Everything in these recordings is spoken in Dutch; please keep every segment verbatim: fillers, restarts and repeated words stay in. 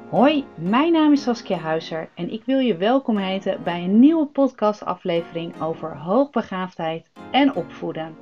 Hoi, mijn naam is Saskia Huizer en ik wil je welkom heten bij een nieuwe podcastaflevering over hoogbegaafdheid en opvoeden.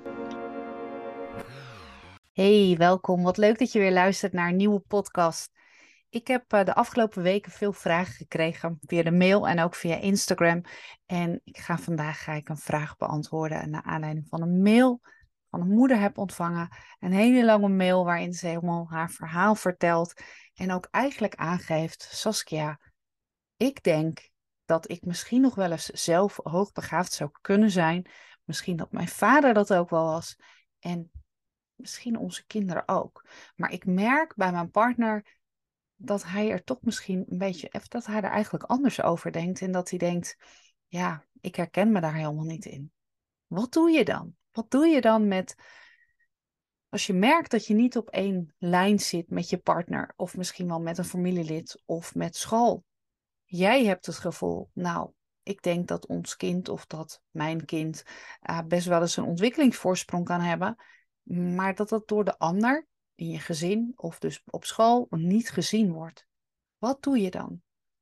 Hey, welkom. Wat leuk dat je weer luistert naar een nieuwe podcast. Ik heb uh, de afgelopen weken veel vragen gekregen via de mail en ook via Instagram. En ik ga vandaag ga ik een vraag beantwoorden naar aanleiding van een mail van een moeder heb ontvangen. Een hele lange mail waarin ze helemaal haar verhaal vertelt en ook eigenlijk aangeeft: Saskia, ik denk dat ik misschien nog wel eens zelf hoogbegaafd zou kunnen zijn. Misschien dat mijn vader dat ook wel was. En misschien onze kinderen ook. Maar ik merk bij mijn partner dat hij er toch misschien een beetje, dat hij er eigenlijk anders over denkt. En dat hij denkt, ja, ik herken me daar helemaal niet in. Wat doe je dan? Wat doe je dan met, als je merkt dat je niet op één lijn zit met je partner, of misschien wel met een familielid of met school? Jij hebt het gevoel, nou, ik denk dat ons kind of dat mijn kind uh, best wel eens een ontwikkelingsvoorsprong kan hebben, maar dat dat door de ander in je gezin of dus op school niet gezien wordt. Wat doe je dan?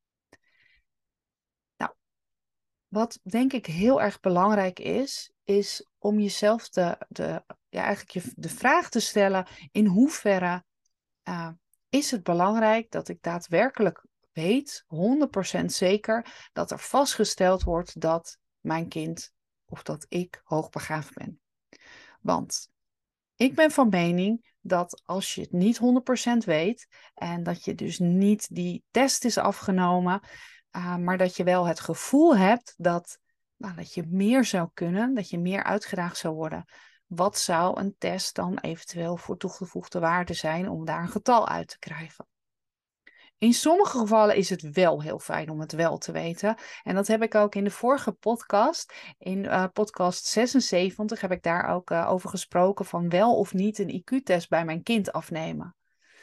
Nou, wat denk ik heel erg belangrijk is, is om jezelf de, de, ja, eigenlijk je, de vraag te stellen: in hoeverre uh, is het belangrijk dat ik daadwerkelijk weet, honderd procent zeker, dat er vastgesteld wordt dat mijn kind of dat ik hoogbegaafd ben. Want ik ben van mening dat als je het niet honderd procent weet en dat je dus niet die test is afgenomen, uh, maar dat je wel het gevoel hebt dat, nou, dat je meer zou kunnen, dat je meer uitgedaagd zou worden. Wat zou een test dan eventueel voor toegevoegde waarde zijn om daar een getal uit te krijgen? In sommige gevallen is het wel heel fijn om het wel te weten. En dat heb ik ook in de vorige podcast, in uh, podcast zesenzeventig, heb ik daar ook uh, over gesproken van wel of niet een I Q-test bij mijn kind afnemen.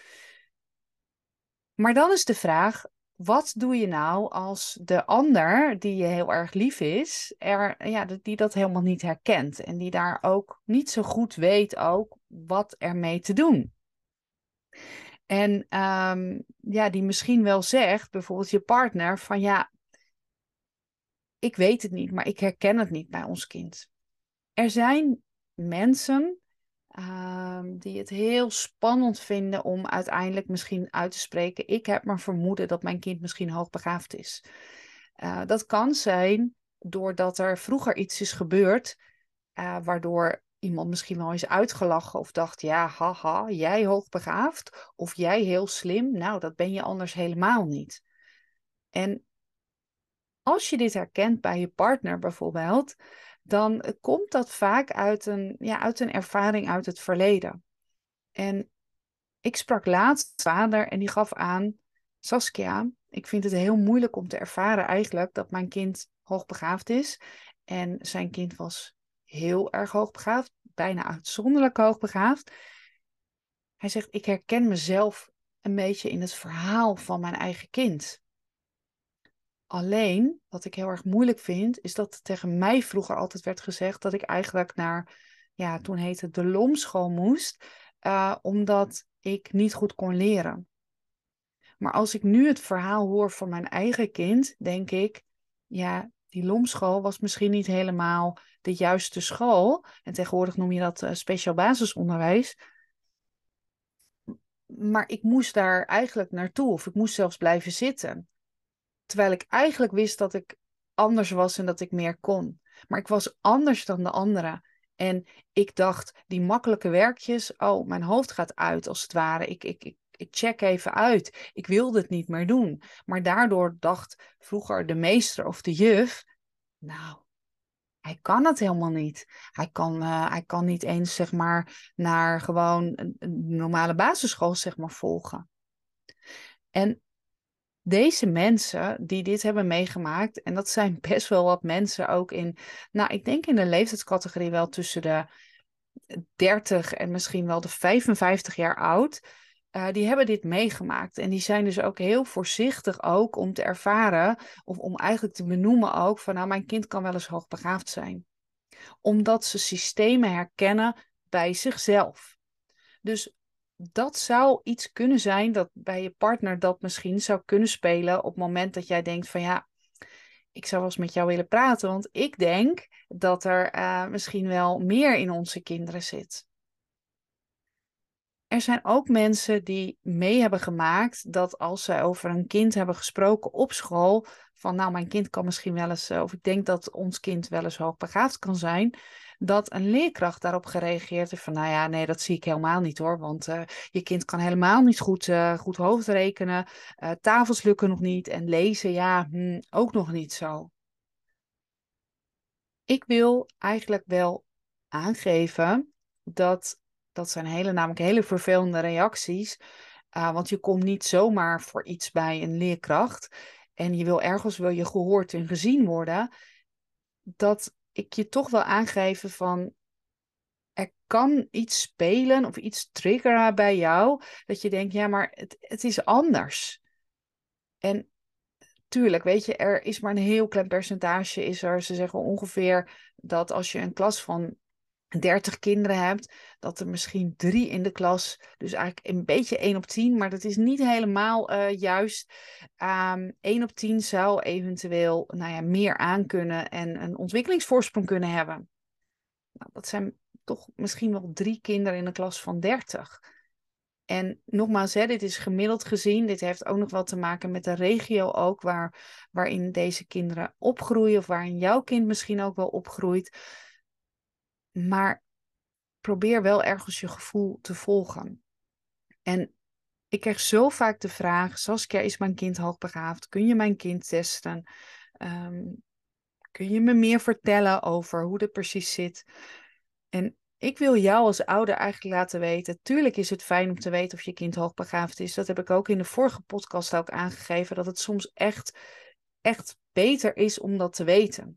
Maar dan is de vraag, wat doe je nou als de ander, die je heel erg lief is, er, ja, die dat helemaal niet herkent en die daar ook niet zo goed weet ook wat ermee te doen? En um, ja, die misschien wel zegt, bijvoorbeeld je partner, van ja, ik weet het niet, maar ik herken het niet bij ons kind. Er zijn mensen um, die het heel spannend vinden om uiteindelijk misschien uit te spreken: ik heb maar vermoeden dat mijn kind misschien hoogbegaafd is. Uh, dat kan zijn doordat er vroeger iets is gebeurd, uh, waardoor iemand misschien wel is uitgelachen of dacht: ja, haha, jij hoogbegaafd of jij heel slim. Nou, dat ben je anders helemaal niet. En als je dit herkent bij je partner bijvoorbeeld, dan komt dat vaak uit een, ja, uit een ervaring uit het verleden. En ik sprak laatst met vader en die gaf aan: Saskia, ik vind het heel moeilijk om te ervaren eigenlijk dat mijn kind hoogbegaafd is. En zijn kind was heel erg hoogbegaafd, bijna uitzonderlijk hoogbegaafd. Hij zegt: ik herken mezelf een beetje in het verhaal van mijn eigen kind. Alleen, wat ik heel erg moeilijk vind, is dat tegen mij vroeger altijd werd gezegd dat ik eigenlijk naar, ja, toen heette het de Lomschool moest, uh, omdat ik niet goed kon leren. Maar als ik nu het verhaal hoor van mijn eigen kind, denk ik, ja, die Lomschool was misschien niet helemaal de juiste school. En tegenwoordig noem je dat uh, speciaal basisonderwijs. Maar ik moest daar eigenlijk naartoe, of ik moest zelfs blijven zitten. Terwijl ik eigenlijk wist dat ik anders was en dat ik meer kon. Maar ik was anders dan de anderen. En ik dacht, die makkelijke werkjes, oh, mijn hoofd gaat uit als het ware. Ik, ik, ik, ik check even uit. Ik wilde het niet meer doen. Maar daardoor dacht vroeger de meester of de juf: nou, hij kan het helemaal niet. Hij kan, uh, hij kan niet eens, zeg maar, naar gewoon een, een normale basisschool, zeg maar, volgen. En deze mensen die dit hebben meegemaakt, en dat zijn best wel wat mensen ook in, nou, ik denk in de leeftijdscategorie wel tussen de dertig en misschien wel de vijfenvijftig jaar oud, uh, die hebben dit meegemaakt. En die zijn dus ook heel voorzichtig ook om te ervaren, of om eigenlijk te benoemen ook, van nou, mijn kind kan wel eens hoogbegaafd zijn. Omdat ze systemen herkennen bij zichzelf. Dus dat zou iets kunnen zijn dat bij je partner dat misschien zou kunnen spelen op het moment dat jij denkt van ja, ik zou wel eens met jou willen praten, want ik denk dat er uh, misschien wel meer in onze kinderen zit. Er zijn ook mensen die mee hebben gemaakt dat als zij over een kind hebben gesproken op school, van nou, mijn kind kan misschien wel eens, of ik denk dat ons kind wel eens hoogbegaafd kan zijn, dat een leerkracht daarop gereageerd heeft van nou ja, nee, dat zie ik helemaal niet hoor, want uh, je kind kan helemaal niet goed, uh, goed hoofdrekenen, uh, tafels lukken nog niet en lezen, ja, hm, ook nog niet zo. Ik wil eigenlijk wel aangeven dat, dat zijn hele, namelijk hele vervelende reacties. Uh, want je komt niet zomaar voor iets bij een leerkracht. En je wil ergens wil je gehoord en gezien worden. Dat ik je toch wil aangeven van er kan iets spelen of iets triggeren bij jou. Dat je denkt, ja, maar het, het is anders. En tuurlijk, weet je, er is maar een heel klein percentage is er. Ze zeggen ongeveer dat als je een klas van dertig kinderen hebt, dat er misschien drie in de klas, dus eigenlijk een beetje één op tien, maar dat is niet helemaal uh, juist. Um, één op tien zou eventueel nou ja, meer aankunnen en een ontwikkelingsvoorsprong kunnen hebben. Nou, dat zijn toch misschien wel drie kinderen in een klas van dertig. En nogmaals, hè, dit is gemiddeld gezien. Dit heeft ook nog wel te maken met de regio ook, waar, waarin deze kinderen opgroeien of waarin jouw kind misschien ook wel opgroeit. Maar probeer wel ergens je gevoel te volgen. En ik krijg zo vaak de vraag, Saskia, is mijn kind hoogbegaafd? Kun je mijn kind testen? Um, kun je me meer vertellen over hoe dat precies zit? En ik wil jou als ouder eigenlijk laten weten, tuurlijk is het fijn om te weten of je kind hoogbegaafd is. Dat heb ik ook in de vorige podcast ook aangegeven, dat het soms echt, echt beter is om dat te weten.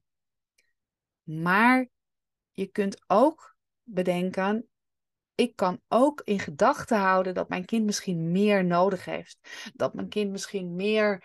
Maar je kunt ook bedenken, ik kan ook in gedachten houden dat mijn kind misschien meer nodig heeft. Dat mijn kind misschien meer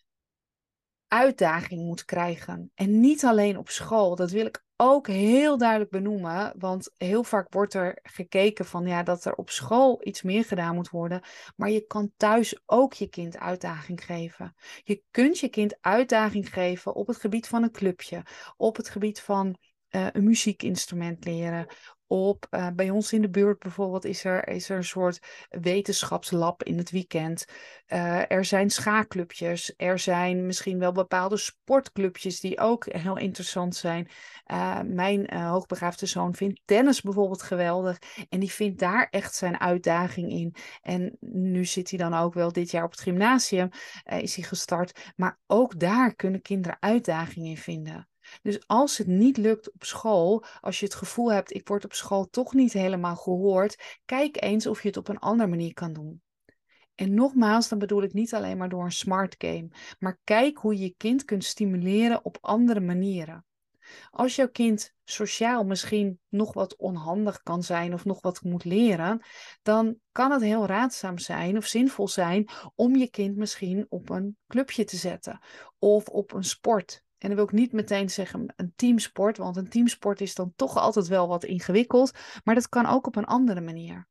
uitdaging moet krijgen. En niet alleen op school. Dat wil ik ook heel duidelijk benoemen. Want heel vaak wordt er gekeken van ja, dat er op school iets meer gedaan moet worden. Maar je kan thuis ook je kind uitdaging geven. Je kunt je kind uitdaging geven op het gebied van een clubje. Op het gebied van uh, een muziekinstrument leren. Op, uh, bij ons in de buurt bijvoorbeeld is er, is er een soort wetenschapslab in het weekend. Uh, er zijn schaakclubjes. Er zijn misschien wel bepaalde sportclubjes die ook heel interessant zijn. Uh, mijn uh, hoogbegaafde zoon vindt tennis bijvoorbeeld geweldig. En die vindt daar echt zijn uitdaging in. En nu zit hij dan ook wel dit jaar op het gymnasium. Uh, is hij gestart. Maar ook daar kunnen kinderen uitdaging in vinden. Dus als het niet lukt op school, als je het gevoel hebt, ik word op school toch niet helemaal gehoord, kijk eens of je het op een andere manier kan doen. En nogmaals, dan bedoel ik niet alleen maar door een smart game, maar kijk hoe je je kind kunt stimuleren op andere manieren. Als jouw kind sociaal misschien nog wat onhandig kan zijn of nog wat moet leren, dan kan het heel raadzaam zijn of zinvol zijn om je kind misschien op een clubje te zetten of op een sport. En dan wil ik niet meteen zeggen een teamsport, want een teamsport is dan toch altijd wel wat ingewikkeld, maar dat kan ook op een andere manier.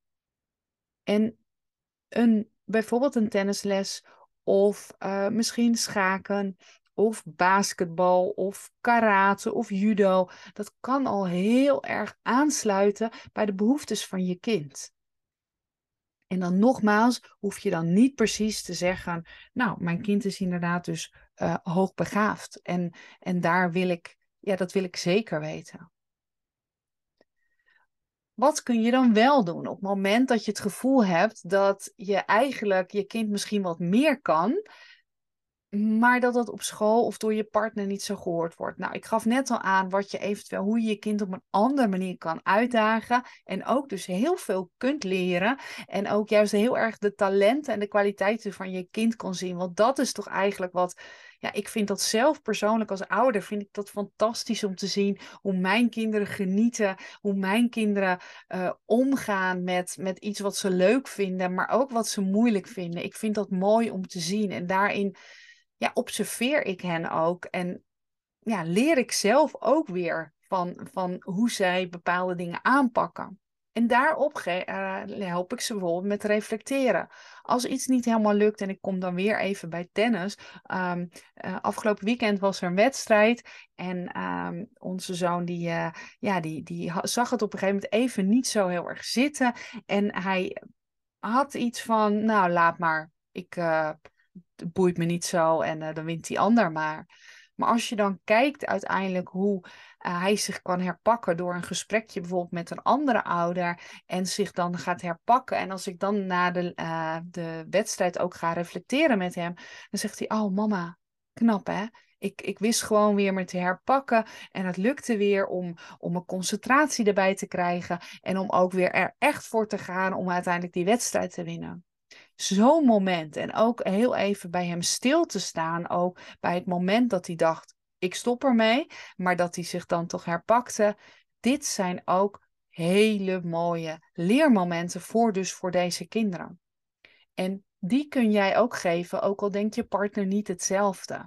En een, bijvoorbeeld een tennisles of uh, misschien schaken of basketbal of karate of judo. Dat kan al heel erg aansluiten bij de behoeftes van je kind. En dan nogmaals, hoef je dan niet precies te zeggen, nou, mijn kind is inderdaad dus uh, hoogbegaafd. En, en daar wil ik, ja, dat wil ik zeker weten. Wat kun je dan wel doen op het moment dat je het gevoel hebt dat je eigenlijk je kind misschien wat meer kan, maar dat dat op school of door je partner niet zo gehoord wordt? Nou, ik gaf net al aan wat je eventueel, hoe je je kind op een andere manier kan uitdagen en ook dus heel veel kunt leren en ook juist heel erg de talenten en de kwaliteiten van je kind kan zien. Want dat is toch eigenlijk wat, ja, ik vind dat zelf persoonlijk als ouder, vind ik dat fantastisch om te zien hoe mijn kinderen genieten, hoe mijn kinderen uh, omgaan met, met iets wat ze leuk vinden, maar ook wat ze moeilijk vinden. Ik vind dat mooi om te zien en daarin, ja, observeer ik hen ook en ja, leer ik zelf ook weer van, van hoe zij bepaalde dingen aanpakken. En daarop ge- uh, help ik ze bijvoorbeeld met reflecteren. Als iets niet helemaal lukt en ik kom dan weer even bij tennis. Um, uh, afgelopen weekend was er een wedstrijd. En um, onze zoon die, uh, ja, die, die zag het op een gegeven moment even niet zo heel erg zitten. En hij had iets van, nou laat maar. Ik, uh, het boeit me niet zo en uh, dan wint die ander maar. Maar als je dan kijkt uiteindelijk hoe uh, hij zich kan herpakken door een gesprekje bijvoorbeeld met een andere ouder en zich dan gaat herpakken. En als ik dan na de, uh, de wedstrijd ook ga reflecteren met hem, dan zegt hij, oh mama, knap hè? Ik, ik wist gewoon weer me te herpakken en het lukte weer om, om mijn concentratie erbij te krijgen en om ook weer er echt voor te gaan om uiteindelijk die wedstrijd te winnen. Zo'n moment. En ook heel even bij hem stil te staan. Ook bij het moment dat hij dacht, ik stop ermee. Maar dat hij zich dan toch herpakte. Dit zijn ook hele mooie leermomenten voor dus voor deze kinderen. En die kun jij ook geven, ook al denkt je partner niet hetzelfde.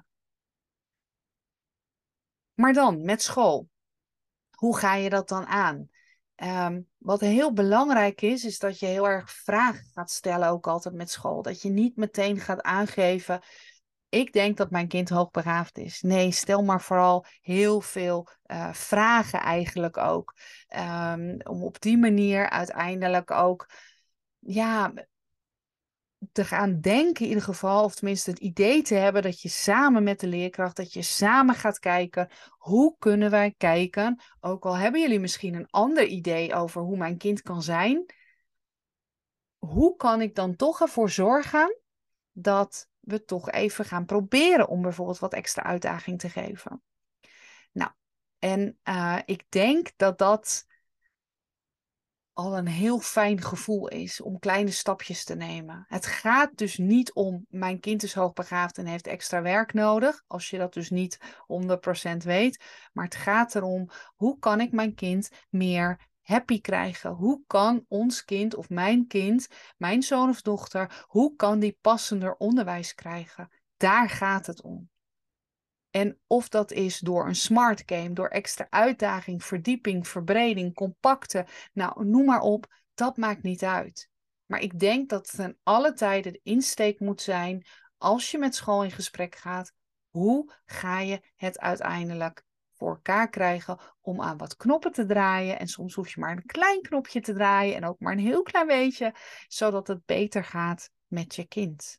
Maar dan met school. Hoe ga je dat dan aan? Um, wat heel belangrijk is, is dat je heel erg vragen gaat stellen, ook altijd met school. Dat je niet meteen gaat aangeven, ik denk dat mijn kind hoogbegaafd is. Nee, stel maar vooral heel veel uh, vragen eigenlijk ook. Um, om op die manier uiteindelijk ook, ja, te gaan denken in ieder geval, of tenminste het idee te hebben dat je samen met de leerkracht, dat je samen gaat kijken, hoe kunnen wij kijken, ook al hebben jullie misschien een ander idee over hoe mijn kind kan zijn, hoe kan ik dan toch ervoor zorgen dat we toch even gaan proberen om bijvoorbeeld wat extra uitdaging te geven. Nou, en uh, ik denk dat dat al een heel fijn gevoel is om kleine stapjes te nemen. Het gaat dus niet om mijn kind is hoogbegaafd en heeft extra werk nodig, als je dat dus niet honderd procent weet. Maar het gaat erom, hoe kan ik mijn kind meer happy krijgen? Hoe kan ons kind of mijn kind, mijn zoon of dochter, hoe kan die passender onderwijs krijgen? Daar gaat het om. En of dat is door een smart game, door extra uitdaging, verdieping, verbreding, compacte, nou noem maar op, dat maakt niet uit. Maar ik denk dat het ten alle tijde de insteek moet zijn, als je met school in gesprek gaat, hoe ga je het uiteindelijk voor elkaar krijgen om aan wat knoppen te draaien. En soms hoef je maar een klein knopje te draaien en ook maar een heel klein beetje, zodat het beter gaat met je kind.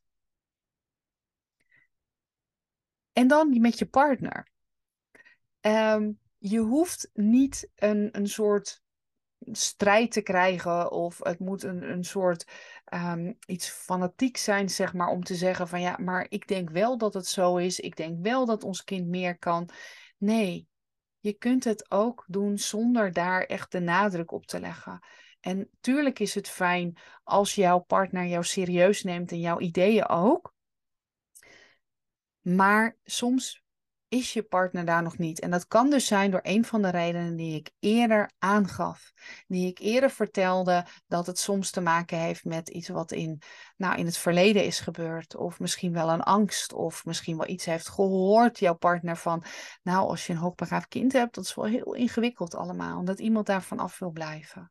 En dan met je partner. Um, je hoeft niet een, een soort strijd te krijgen of het moet een, een soort um, iets fanatiek zijn, zeg maar, om te zeggen van ja, maar ik denk wel dat het zo is. Ik denk wel dat ons kind meer kan. Nee, je kunt het ook doen zonder daar echt de nadruk op te leggen. En tuurlijk is het fijn als jouw partner jou serieus neemt en jouw ideeën ook. Maar soms is je partner daar nog niet. En dat kan dus zijn door een van de redenen die ik eerder aangaf. Die ik eerder vertelde dat het soms te maken heeft met iets wat in, nou, in het verleden is gebeurd. Of misschien wel een angst. Of misschien wel iets heeft gehoord, jouw partner, van nou, als je een hoogbegaafd kind hebt, dat is wel heel ingewikkeld allemaal. Omdat iemand daarvan af wil blijven.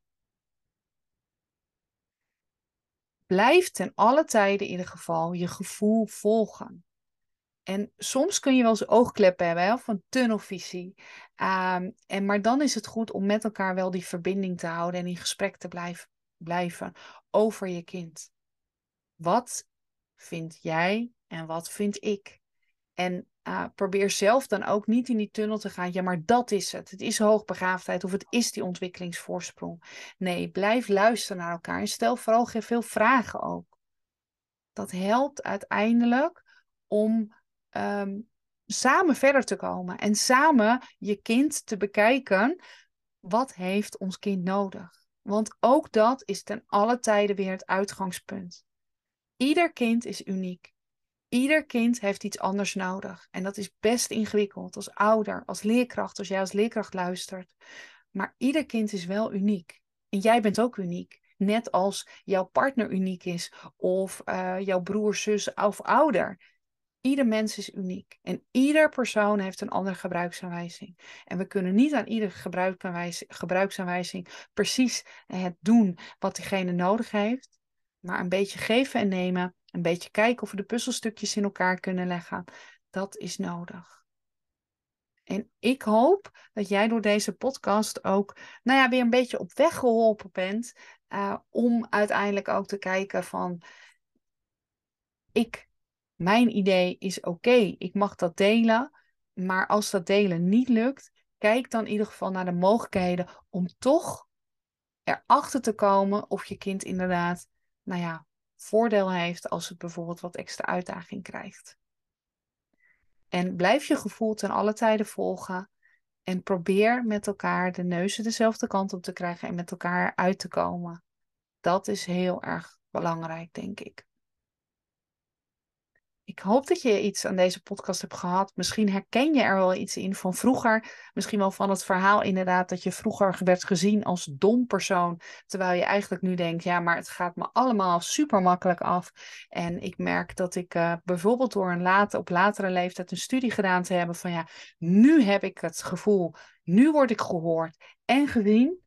Blijf ten alle tijden in ieder geval je gevoel volgen. En soms kun je wel eens oogkleppen hebben, hè, of een tunnelvisie. Um, en, maar dan is het goed om met elkaar wel die verbinding te houden en in gesprek te blijf, blijven over je kind. Wat vind jij en wat vind ik? En uh, probeer zelf dan ook niet in die tunnel te gaan. Ja, maar dat is het. Het is hoogbegaafdheid of het is die ontwikkelingsvoorsprong. Nee, blijf luisteren naar elkaar en stel vooral veel vragen ook. Dat helpt uiteindelijk om um, samen verder te komen. En samen je kind te bekijken. Wat heeft ons kind nodig? Want ook dat is ten alle tijden weer het uitgangspunt. Ieder kind is uniek. Ieder kind heeft iets anders nodig. En dat is best ingewikkeld als ouder, als leerkracht, als jij als leerkracht luistert. Maar ieder kind is wel uniek. En jij bent ook uniek. Net als jouw partner uniek is. Of uh, jouw broer, zus of ouder. Ieder mens is uniek en ieder persoon heeft een andere gebruiksaanwijzing. En we kunnen niet aan iedere gebruiksaanwijzing, gebruiksaanwijzing precies het doen wat diegene nodig heeft. Maar een beetje geven en nemen, een beetje kijken of we de puzzelstukjes in elkaar kunnen leggen, dat is nodig. En ik hoop dat jij door deze podcast ook, nou ja, weer een beetje op weg geholpen bent. Uh, om uiteindelijk ook te kijken van, ik, mijn idee is oké, okay, ik mag dat delen. Maar als dat delen niet lukt, kijk dan in ieder geval naar de mogelijkheden om toch erachter te komen of je kind inderdaad, nou ja, voordeel heeft als het bijvoorbeeld wat extra uitdaging krijgt. En blijf je gevoel ten alle tijden volgen. En probeer met elkaar de neuzen dezelfde kant op te krijgen en met elkaar uit te komen. Dat is heel erg belangrijk, denk ik. Ik hoop dat je iets aan deze podcast hebt gehad. Misschien herken je er wel iets in van vroeger. Misschien wel van het verhaal inderdaad dat je vroeger werd gezien als dom persoon. Terwijl je eigenlijk nu denkt, ja, maar het gaat me allemaal super makkelijk af. En ik merk dat ik uh, bijvoorbeeld door een late, op latere leeftijd een studie gedaan te hebben van ja, nu heb ik het gevoel, nu word ik gehoord en gezien.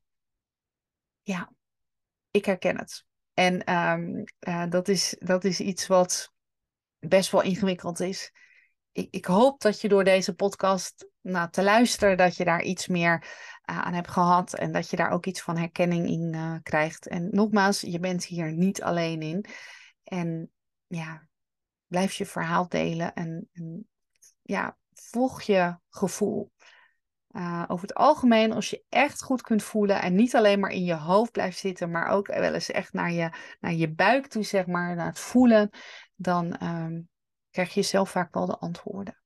Ja, ik herken het. En um, uh, dat is, dat is iets wat best wel ingewikkeld is. Ik, ik hoop dat je door deze podcast nou, te luisteren, dat je daar iets meer uh, aan hebt gehad en dat je daar ook iets van herkenning in uh, krijgt. En nogmaals, je bent hier niet alleen in. En ja, blijf je verhaal delen en, en ja, volg je gevoel. Uh, over het algemeen, als je echt goed kunt voelen en niet alleen maar in je hoofd blijft zitten, maar ook wel eens echt naar je, naar je buik toe, zeg maar, naar het voelen, dan um, krijg je zelf vaak wel de antwoorden.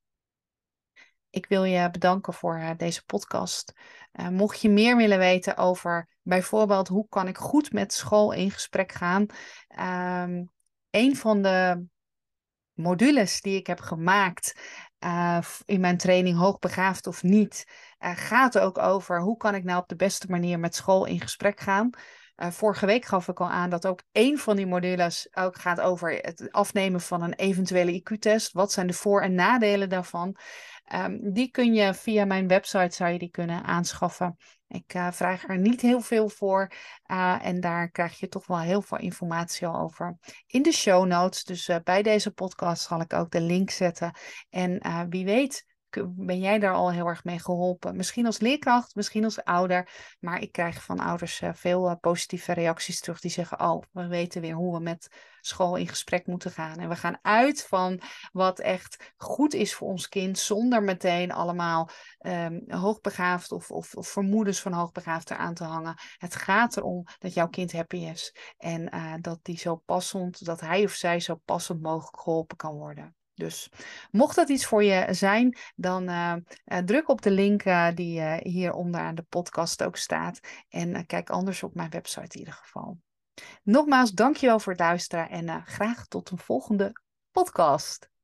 Ik wil je bedanken voor uh, deze podcast. Uh, mocht je meer willen weten over bijvoorbeeld hoe kan ik goed met school in gesprek gaan, um, een van de modules die ik heb gemaakt uh, in mijn training Hoogbegaafd of niet, uh, gaat ook over hoe kan ik nou op de beste manier met school in gesprek gaan. Uh, vorige week gaf ik al aan dat ook één van die modules ook gaat over het afnemen van een eventuele I Q-test. Wat zijn de voor- en nadelen daarvan? Um, die kun je via mijn website zou je die kunnen aanschaffen. Ik uh, vraag er niet heel veel voor uh, en daar krijg je toch wel heel veel informatie al over in de show notes. Dus uh, bij deze podcast zal ik ook de link zetten. En uh, wie weet ben jij daar al heel erg mee geholpen. Misschien als leerkracht, misschien als ouder. Maar ik krijg van ouders uh, veel uh, positieve reacties terug die zeggen, oh, we weten weer hoe we met school in gesprek moeten gaan. En we gaan uit van wat echt goed is voor ons kind, zonder meteen allemaal um, hoogbegaafd of, of, of vermoedens van hoogbegaafd eraan te hangen. Het gaat erom dat jouw kind happy is. En uh, dat die zo passend, dat hij of zij zo passend mogelijk geholpen kan worden. Dus mocht dat iets voor je zijn, dan uh, uh, druk op de link uh, die uh, hier onderaan de podcast ook staat. En uh, kijk anders op mijn website in ieder geval. Nogmaals, dankjewel voor het luisteren en uh, graag tot een volgende podcast.